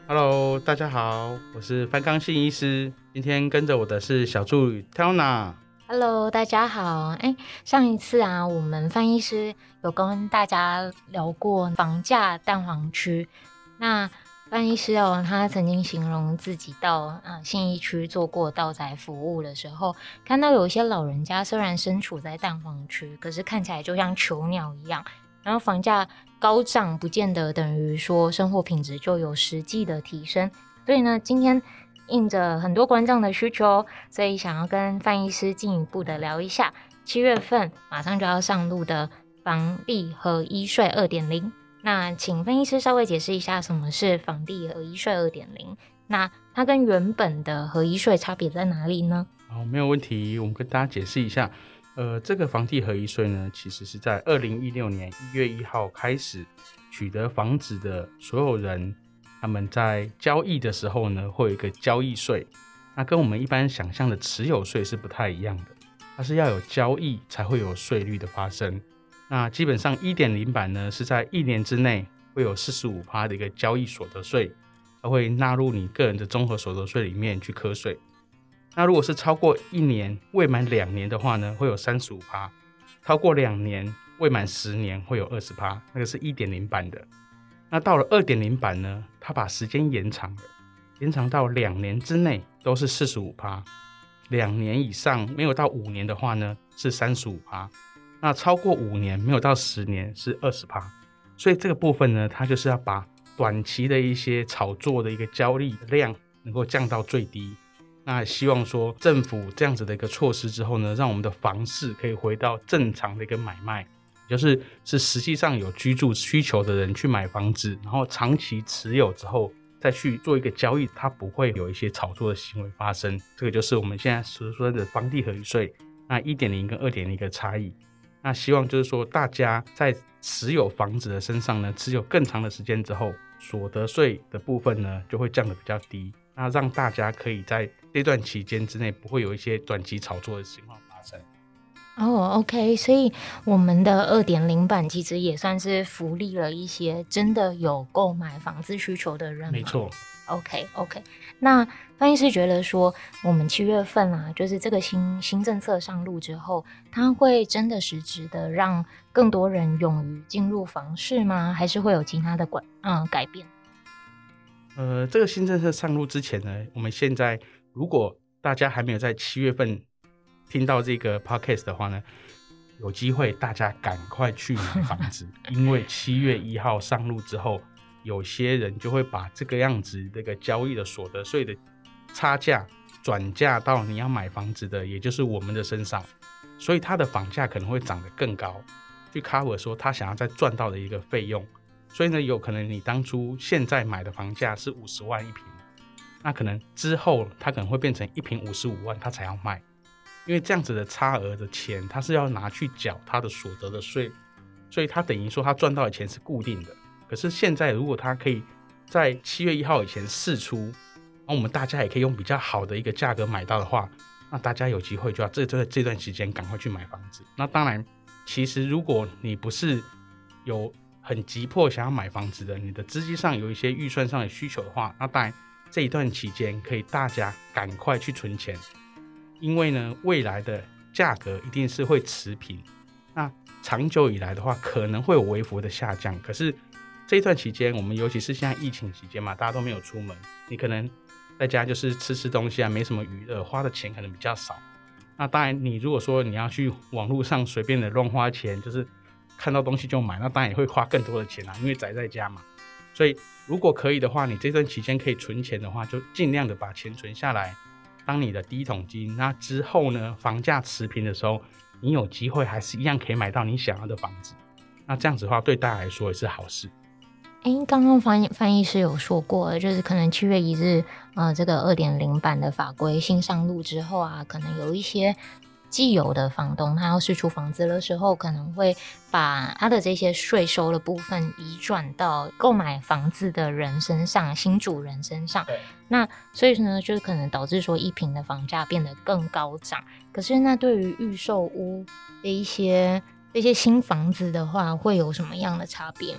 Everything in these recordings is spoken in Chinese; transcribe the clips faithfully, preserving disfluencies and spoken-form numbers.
Hello，大家好，我是范刚信医师。今天跟着我的是小助理 Tona。Hello， 大家好。哎，上一次啊，我们范医师有跟大家聊过房价蛋黄区。那范医师哦，他曾经形容自己到啊信义区做过到宅服务的时候，看到有一些老人家虽然身处在蛋黄区，可是看起来就像囚鸟一样。然后房价高涨，不见得等于说生活品质就有实际的提升。所以呢，今天应着很多观众的需求，所以想要跟范医师进一步的聊一下七月份马上就要上路的房地合一税 二点零。 那请范医师稍微解释一下什么是房地合一税 二点零， 那它跟原本的合一税差别在哪里呢？ 好，没有问题，我们跟大家解释一下。呃，这个房地合一税呢，其实是在二零一六年一月一号开始，取得房子的所有人，他们在交易的时候呢，会有一个交易税。那跟我们一般想象的持有税是不太一样的，它是要有交易才会有税率的发生。那基本上 一点零 版呢，是在一年之内会有 百分之四十五 的一个交易所得税，它会纳入你个人的综合所得税里面去课税。那如果是超过一年未满两年的话呢，会有 百分之三十五， 超过两年未满十年会有 百分之二十， 那个是 一点零 版的。那到了 二点零 版呢，它把时间延长了，延长到两年之内都是 百分之四十五， 两年以上没有到五年的话呢是 百分之三十五， 那超过五年没有到十年是 百分之二十。 所以这个部分呢，它就是要把短期的一些炒作的一个交易量能够降到最低。那希望说政府这样子的一个措施之后呢，让我们的房市可以回到正常的一个买卖，就是是实际上有居住需求的人去买房子，然后长期持有之后再去做一个交易，它不会有一些炒作的行为发生。这个就是我们现在所说的房地合一税，那 一点零 跟 二点零 的差异。那希望就是说大家在持有房子的身上呢，持有更长的时间之后，所得税的部分呢就会降得比较低，那让大家可以在这段期间之内不会有一些短期炒作的情况发生。 哦、oh, OK， 所以我们的 二点零 版其实也算是福利了一些真的有购买房子需求的人吗？ 没错。 OK OK， 那范医师觉得说，我们七月份啊，就是这个新新政策上路之后，它会真的实质的让更多人勇于进入房市吗？还是会有其他的管嗯改变？ 呃，这个新政策上路之前呢，我们现在如果大家还没有在七月份听到这个 podcast 的话呢，有机会大家赶快去买房子，因为七月一号上路之后，有些人就会把这个样子这个交易的所得税的差价转嫁到你要买房子的，也就是我们的身上，所以他的房价可能会涨得更高，去 cover 说他想要再赚到的一个费用。所以呢，有可能你当初现在买的房价是五十万一坪，那可能之后他可能会变成一坪五十五万他才要卖，因为这样子的差额的钱他是要拿去缴他的所得的税，所以他等于说他赚到的钱是固定的。可是现在如果他可以在七月一号以前释出，然后我们大家也可以用比较好的一个价格买到的话，那大家有机会就要这这段时间赶快去买房子。那当然其实如果你不是有很急迫想要买房子的，你的资金上有一些预算上的需求的话，那当然这一段期间可以大家赶快去存钱，因为呢未来的价格一定是会持平，那长久以来的话可能会有微幅的下降。可是这一段期间我们尤其是现在疫情期间嘛，大家都没有出门，你可能在家就是吃吃东西啊，没什么娱乐，花的钱可能比较少。那当然你如果说你要去网络上随便的乱花钱，就是看到东西就买，那当然也会花更多的钱啊，因为宅在家嘛。所以如果可以的话，你这段期间可以存钱的话，就尽量的把钱存下来当你的第一桶金。那之后呢，房价持平的时候，你有机会还是一样可以买到你想要的房子。那这样子的话对大家来说也是好事。 哎，刚刚翻翻译师有说过，就是可能七月一日，呃，这个 二点零 版的法规新上路之后啊，可能有一些既有的房东他要释出房子的时候，可能会把他的这些税收的部分移转到购买房子的人身上，新主人身上。那所以呢，就可能导致说一坪的房价变得更高涨。可是那对于预售屋的一些这些新房子的话，会有什么样的差别吗？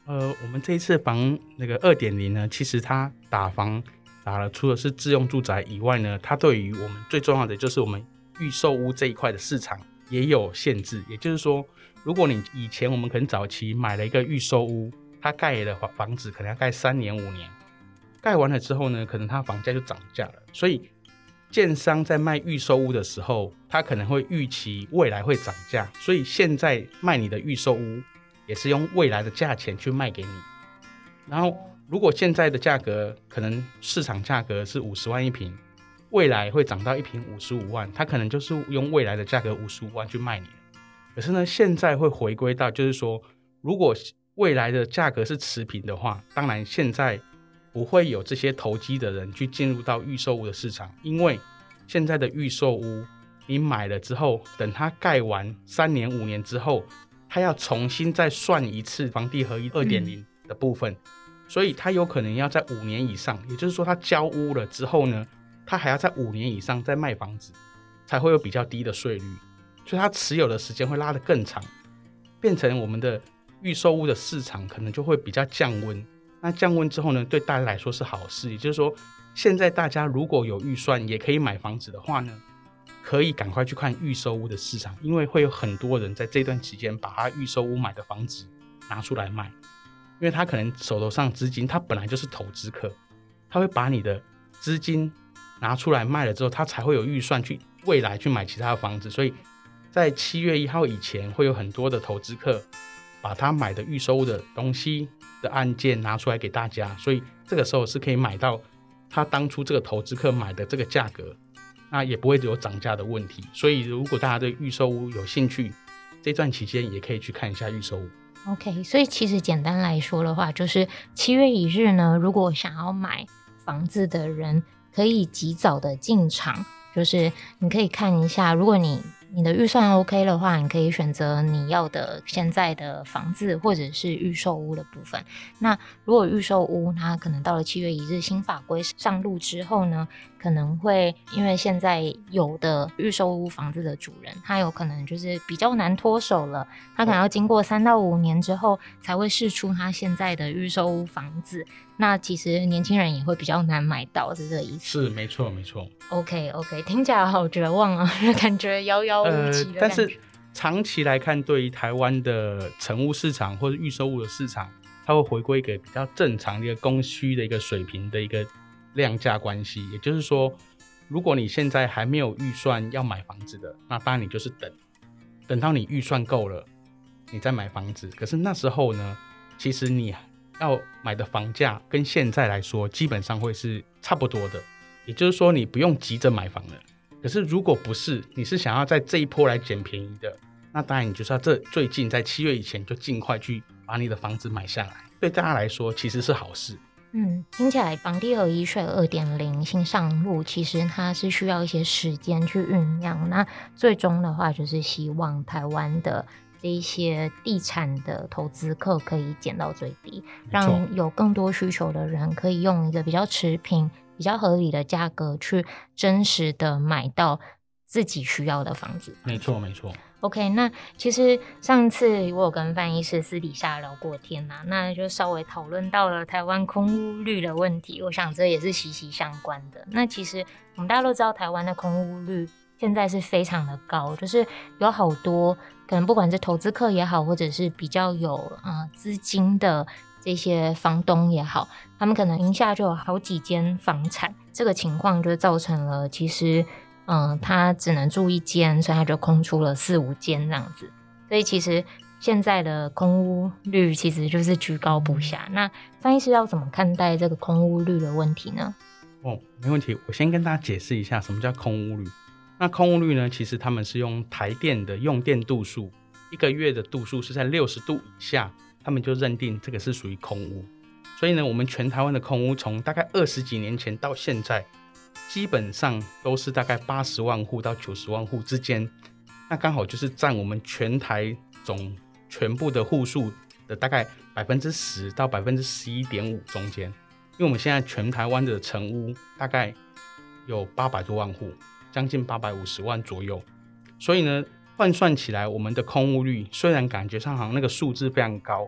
呃，我们这一次房那个 二点零 呢，其实它打房打了，除了是自用住宅以外呢，它对于我们最重要的就是我们预售屋这一块的市场也有限制。也就是说，如果你以前我们可能早期买了一个预售屋，它盖的房子可能要盖三年五年，盖完了之后呢，可能它房价就涨价了。所以建商在卖预售屋的时候，他可能会预期未来会涨价，所以现在卖你的预售屋也是用未来的价钱去卖给你。然后如果现在的价格可能市场价格是五十万一坪，未来会涨到一坪五十五万，他可能就是用未来的价格五十五万去卖你了。可是呢，现在会回归到就是说，如果未来的价格是持平的话，当然现在不会有这些投机的人去进入到预售屋的市场，因为现在的预售屋你买了之后，等它盖完三年五年之后，它要重新再算一次房地合一 二点零 的部分、嗯、所以它有可能要在五年以上，也就是说它交屋了之后呢，它还要在五年以上再卖房子，才会有比较低的税率，所以它持有的时间会拉得更长，变成我们的预售屋的市场可能就会比较降温。那降温之后呢，对大家来说是好事，也就是说现在大家如果有预算也可以买房子的话呢，可以赶快去看预售屋的市场，因为会有很多人在这段期间把他预售屋买的房子拿出来卖，因为他可能手头上资金他本来就是投资客，他会把你的资金拿出来卖了之后，他才会有预算去未来去买其他的房子。所以在七月一号以前会有很多的投资客把他买的预售的东西的案件拿出来给大家，所以这个时候是可以买到他当初这个投资客买的这个价格，那也不会有涨价的问题。所以如果大家对预售屋有兴趣，这段期间也可以去看一下预售屋。 OK， 所以其实简单来说的话，就是七月一日呢，如果想要买房子的人可以及早的进场，就是你可以看一下，如果你你的预算 OK 的话，你可以选择你要的现在的房子或者是预售屋的部分。那如果预售屋它可能到了七月一日新法规上路之后呢，可能会因为现在有的预售屋房子的主人他有可能就是比较难脱手了，他可能要经过三到五年之后才会释出他现在的预售屋房子，那其实年轻人也会比较难买到，是这个意思？ 是，没错没错。 OK OK， 听起来好绝望啊，感觉遥遥无期的感觉、呃、 但是长期来看，对于台湾的成屋市场或者预售屋的市场，它会回归一个比较正常的一个供需的一个水平的一个量价关系。也就是说，如果你现在还没有预算要买房子的，那当然你就是等等到你预算够了你再买房子。可是那时候呢，其实你要买的房价跟现在来说基本上会是差不多的，也就是说你不用急着买房了。可是如果不是，你是想要在这一波来捡便宜的，那当然你就是要这最近在七月以前就尽快去把你的房子买下来，对大家来说其实是好事。 嗯，听起来房地合一税 二点零 新上路，其实它是需要一些时间去酝酿，那最终的话就是希望台湾的这一些地产的投资客可以减到最低，让有更多需求的人可以用一个比较持平比较合理的价格去真实的买到自己需要的房子。 没错没错。 OK， 那其实上一次我有跟范医师私底下聊过天啊，那就稍微讨论到了台湾空屋率的问题，我想这也是息息相关的。那其实我们大家都知道台湾的空屋率现在是非常的高，就是有好多可能不管是投资客也好，或者是比较有呃资金的这些房东也好，他们可能名下就有好几间房产，这个情况就造成了其实嗯，他只能住一间，所以他就空出了四五间这样子。所以其实现在的空屋率其实就是居高不下。那范医师要怎么看待这个空屋率的问题呢？ 哦，没问题。我先跟大家解释一下什么叫空屋率。那空屋率呢，其实他们是用台电的用电度数，一个月的度数是在六十度以下，他们就认定这个是属于空屋。所以呢，我们全台湾的空屋从大概二十几年前到现在，基本上都是大概八十万户到九十万户之间，那刚好就是占我们全台总全部的户数的大概百分之十到百分之十一点五中间。因为我们现在全台湾的成屋大概有八百多万户，将近八百五十万左右，所以呢，换算起来，我们的空屋率虽然感觉上好像那个数字非常高，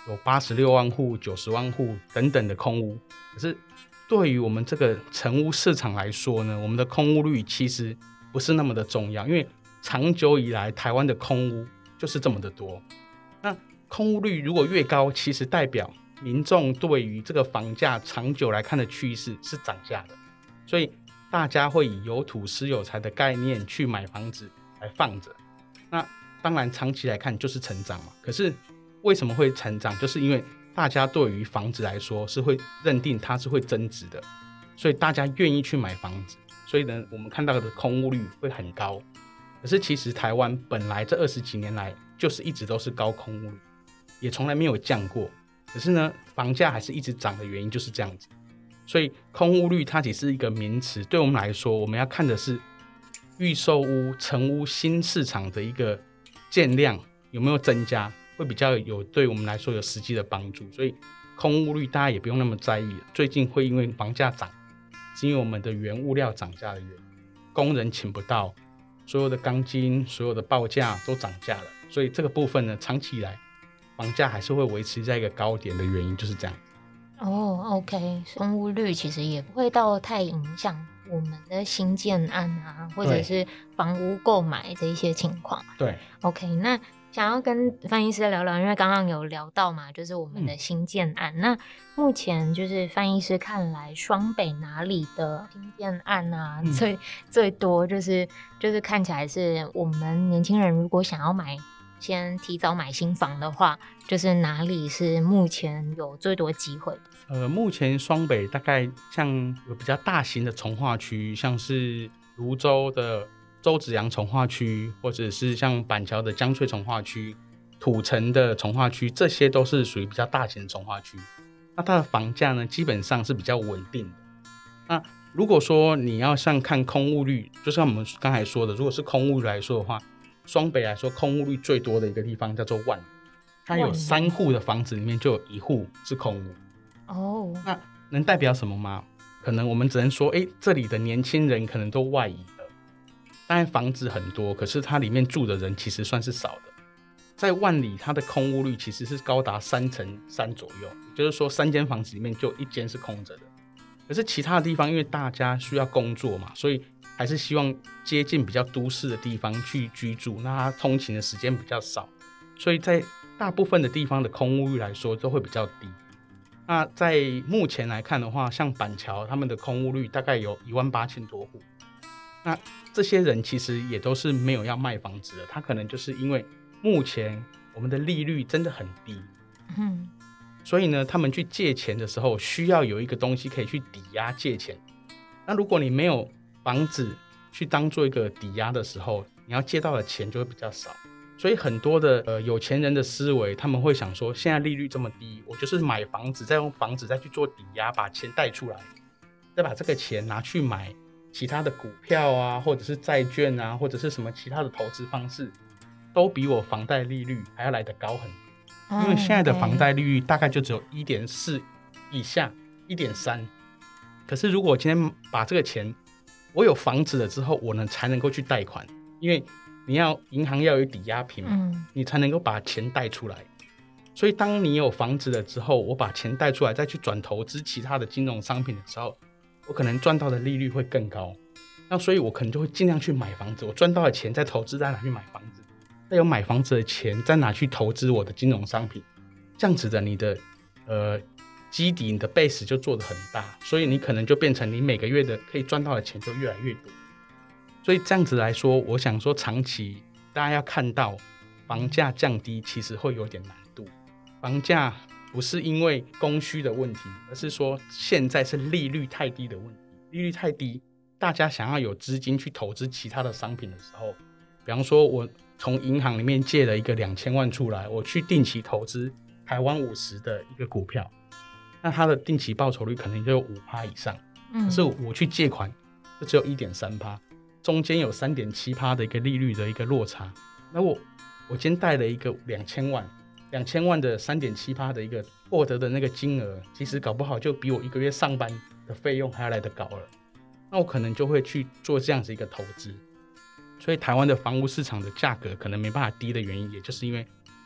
有八十六万户、九十万户等等的空屋。可是对于我们这个成屋市场来说呢，我们的空屋率其实不是那么的重要，因为长久以来台湾的空屋就是这么的多。那空屋率如果越高，其实代表民众对于这个房价长久来看的趋势是涨价的，所以大家会以有土斯有财的概念去买房子来放着。那当然长期来看就是成长嘛，可是为什么会成长，就是因为大家对于房子来说是会认定它是会增值的，所以大家愿意去买房子，所以呢我们看到的空屋率会很高。可是其实台湾本来这二十几年来就是一直都是高空屋率，也从来没有降过，可是呢房价还是一直涨的原因就是这样子。所以空屋率它只是一个名词，对我们来说我们要看的是预售屋、成屋新市场的一个建量有没有增加，会比较有对我们来说有实际的帮助。所以空屋率大家也不用那么在意了，最近会因为房价涨是因为我们的原物料涨价的原因，工人请不到，所有的钢筋所有的报价都涨价了，所以这个部分呢长期以来房价还是会维持在一个高点的原因就是这样。 哦 OK， 空屋率其实也不会到太影响我们的新建案啊，或者是房屋购买这一些情况。 对 OK， 那想要跟范医师聊聊，因为刚刚有聊到嘛，就是我们的新建案、嗯、那目前就是范医师看来双北哪里的新建案啊、嗯、最最多，就是就是看起来是我们年轻人如果想要买先提早买新房的话，就是哪里是目前有最多机会的？ 呃，目前双北大概像有比较大型的重划区，像是蘆洲的洲子洋重划区，或者是像板桥的江翠重划区、土城的重划区，这些都是属于比较大型的重划区。那它的房价呢，基本上是比较稳定的。那如果说你要像看空屋率，就像我们刚才说的，如果是空屋率来说的话，双北来说空屋率最多的一个地方叫做万里，它有三户的房子里面就有一户是空屋。哦，那能代表什么吗？可能我们只能说，哎，这里的年轻人可能都外移了。当然房子很多，可是它里面住的人其实算是少的。在万里，它的空屋率其实是高达三成三左右，也就是说三间房子里面就一间是空着的。可是其他的地方，因为大家需要工作嘛，所以还是希望接近比较都市的地方去居住，那它通勤的时间比较少，所以在大部分的地方的空屋率来说都会比较低。那在目前来看的话，像板桥他们的空屋率大概有一万八千多户，那这些人其实也都是没有要卖房子的，他可能就是因为目前我们的利率真的很低，嗯，所以呢他们去借钱的时候需要有一个东西可以去抵押借钱。那如果你没有房子去当做一个抵押的时候，你要借到的钱就会比较少。所以很多的呃有钱人的思维，他们会想说，现在利率这么低，我就是买房子，再用房子再去做抵押，把钱贷出来，再把这个钱拿去买其他的股票啊，或者是债券啊，或者是什么其他的投资方式，都比我房贷利率还要来得高很多。因为现在的房贷利率大概就只有 一点四 以下 一点三， 可是如果我今天把这个钱，我有房子了之后，我呢才能够去贷款，因为你要银行要有抵押品嘛、嗯、你才能够把钱贷出来。所以当你有房子了之后，我把钱贷出来再去转投资其他的金融商品的时候，我可能赚到的利率会更高。那所以我可能就会尽量去买房子，我赚到的钱再投资，再拿去买房子，再有买房子的钱再拿去投资我的金融商品，这样子的你的呃基底，你的 base 就做得很大，所以你可能就变成你每个月的可以赚到的钱就越来越多。所以这样子来说，我想说长期大家要看到房价降低其实会有点难度。房价不是因为供需的问题，而是说现在是利率太低的问题。利率太低，大家想要有资金去投资其他的商品的时候，比方说我从银行里面借了一个两千万出来，我去定期投资台湾五十的一个股票，那它的定期报酬率可能就有 百分之五 以上，可是我去借款就只有 百分之一点三，中间有 百分之三点七 的一个利率的一个落差。那我我今天贷了一个两千万，两千万的 百分之三点七 的一个获得的那个金额，其实搞不好就比我一个月上班的费用还要来得高了。那我可能就会去做这样子一个投资。所以台湾的房屋市场的价格可能没办法低的原因，也就是因为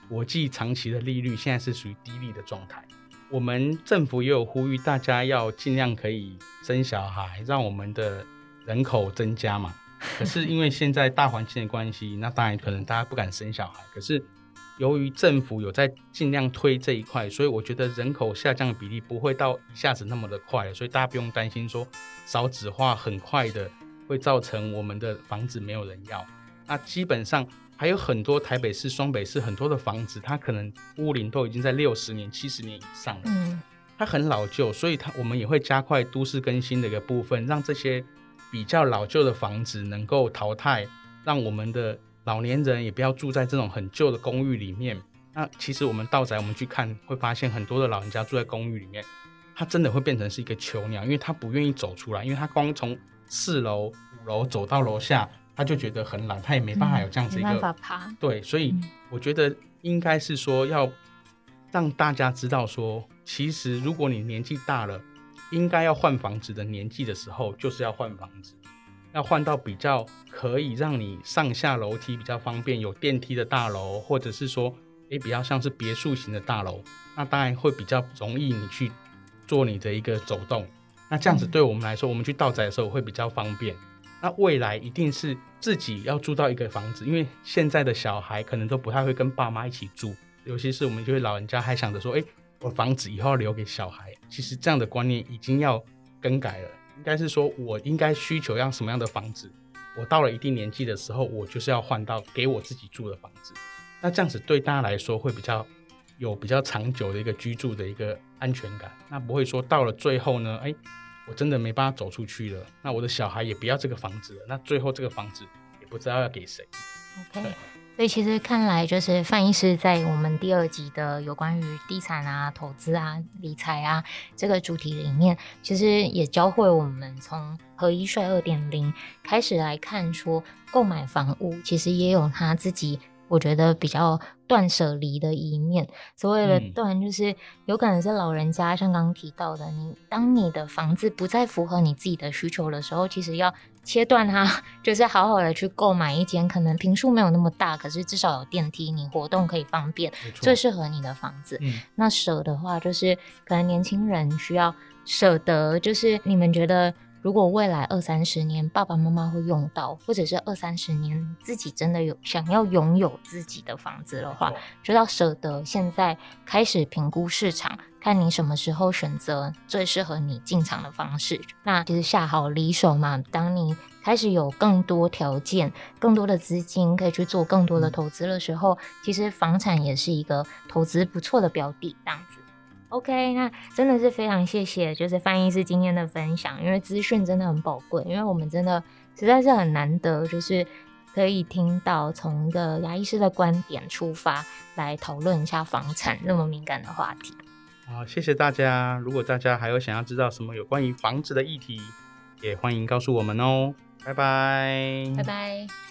国际长期的利率现在是属于低利的状态。我们政府也有呼吁大家要尽量可以生小孩，让我们的人口增加嘛。可是因为现在大环境的关系，那当然可能大家不敢生小孩，可是由于政府有在尽量推这一块，所以我觉得人口下降的比例不会到一下子那么的快，所以大家不用担心说少子化很快的会造成我们的房子没有人要。那基本上还有很多台北市、双北市很多的房子，它可能屋龄都已经在六十年、七十年以上了，嗯，它很老旧，所以它我们也会加快都市更新的一个部分，让这些比较老旧的房子能够淘汰，让我们的老年人也不要住在这种很旧的公寓里面。那其实我们到宅我们去看会发现，很多的老人家住在公寓里面，他真的会变成是一个囚鸟，因为他不愿意走出来，因为他光从四楼、五楼走到楼下，他就觉得很懒，他也没办法有这样子一个、嗯、 没办法爬。 对，所以我觉得应该是说要让大家知道说，其实如果你年纪大了，应该要换房子的年纪的时候，就是要换房子，要换到比较可以让你上下楼梯比较方便，有电梯的大楼，或者是说诶比较像是别墅型的大楼，那当然会比较容易你去做你的一个走动，那这样子对我们来说、嗯、我们去到宅的时候会比较方便。那未来一定是自己要住到一个房子，因为现在的小孩可能都不太会跟爸妈一起住，尤其是我们就是老人家还想着说，哎，我房子以后要留给小孩，其实这样的观念已经要更改了，应该是说我应该需求要什么样的房子，我到了一定年纪的时候，我就是要换到给我自己住的房子，那这样子对大家来说会比较有比较长久的一个居住的一个安全感，那不会说到了最后呢，哎，我真的没办法走出去了，那我的小孩也不要这个房子了，那最后这个房子也不知道要给谁。 OK， 所以其实看来就是范医师在我们第二集的有关于地产啊、投资啊、理财啊这个主题里面，其实也教会我们从合一税 二点零 开始来看说，购买房屋其实也有他自己我觉得比较断舍离的一面。所谓的断就是有可能是老人家像刚刚提到的，你当你的房子不再符合你自己的需求的时候，其实要切断它，就是好好的去购买一间可能坪数没有那么大，可是至少有电梯，你活动可以方便，最适合你的房子、嗯、那舍的话就是可能年轻人需要舍得，就是你们觉得如果未来二三十年爸爸妈妈会用到，或者是二三十年自己真的有想要拥有自己的房子的话，就要舍得现在开始评估市场，看你什么时候选择最适合你进场的方式。那其实下好离手嘛，当你开始有更多条件、更多的资金可以去做更多的投资的时候、嗯、其实房产也是一个投资不错的标的这样子。OK， 那真的是非常谢谢就是范医师今天的分享，因为资讯真的很宝贵，因为我们真的实在是很难得就是可以听到从一个牙医师的观点出发来讨论一下房产那么敏感的话题。 好，谢谢大家，如果大家还有想要知道什么有关于房子的议题，也欢迎告诉我们哦。拜拜， 拜拜。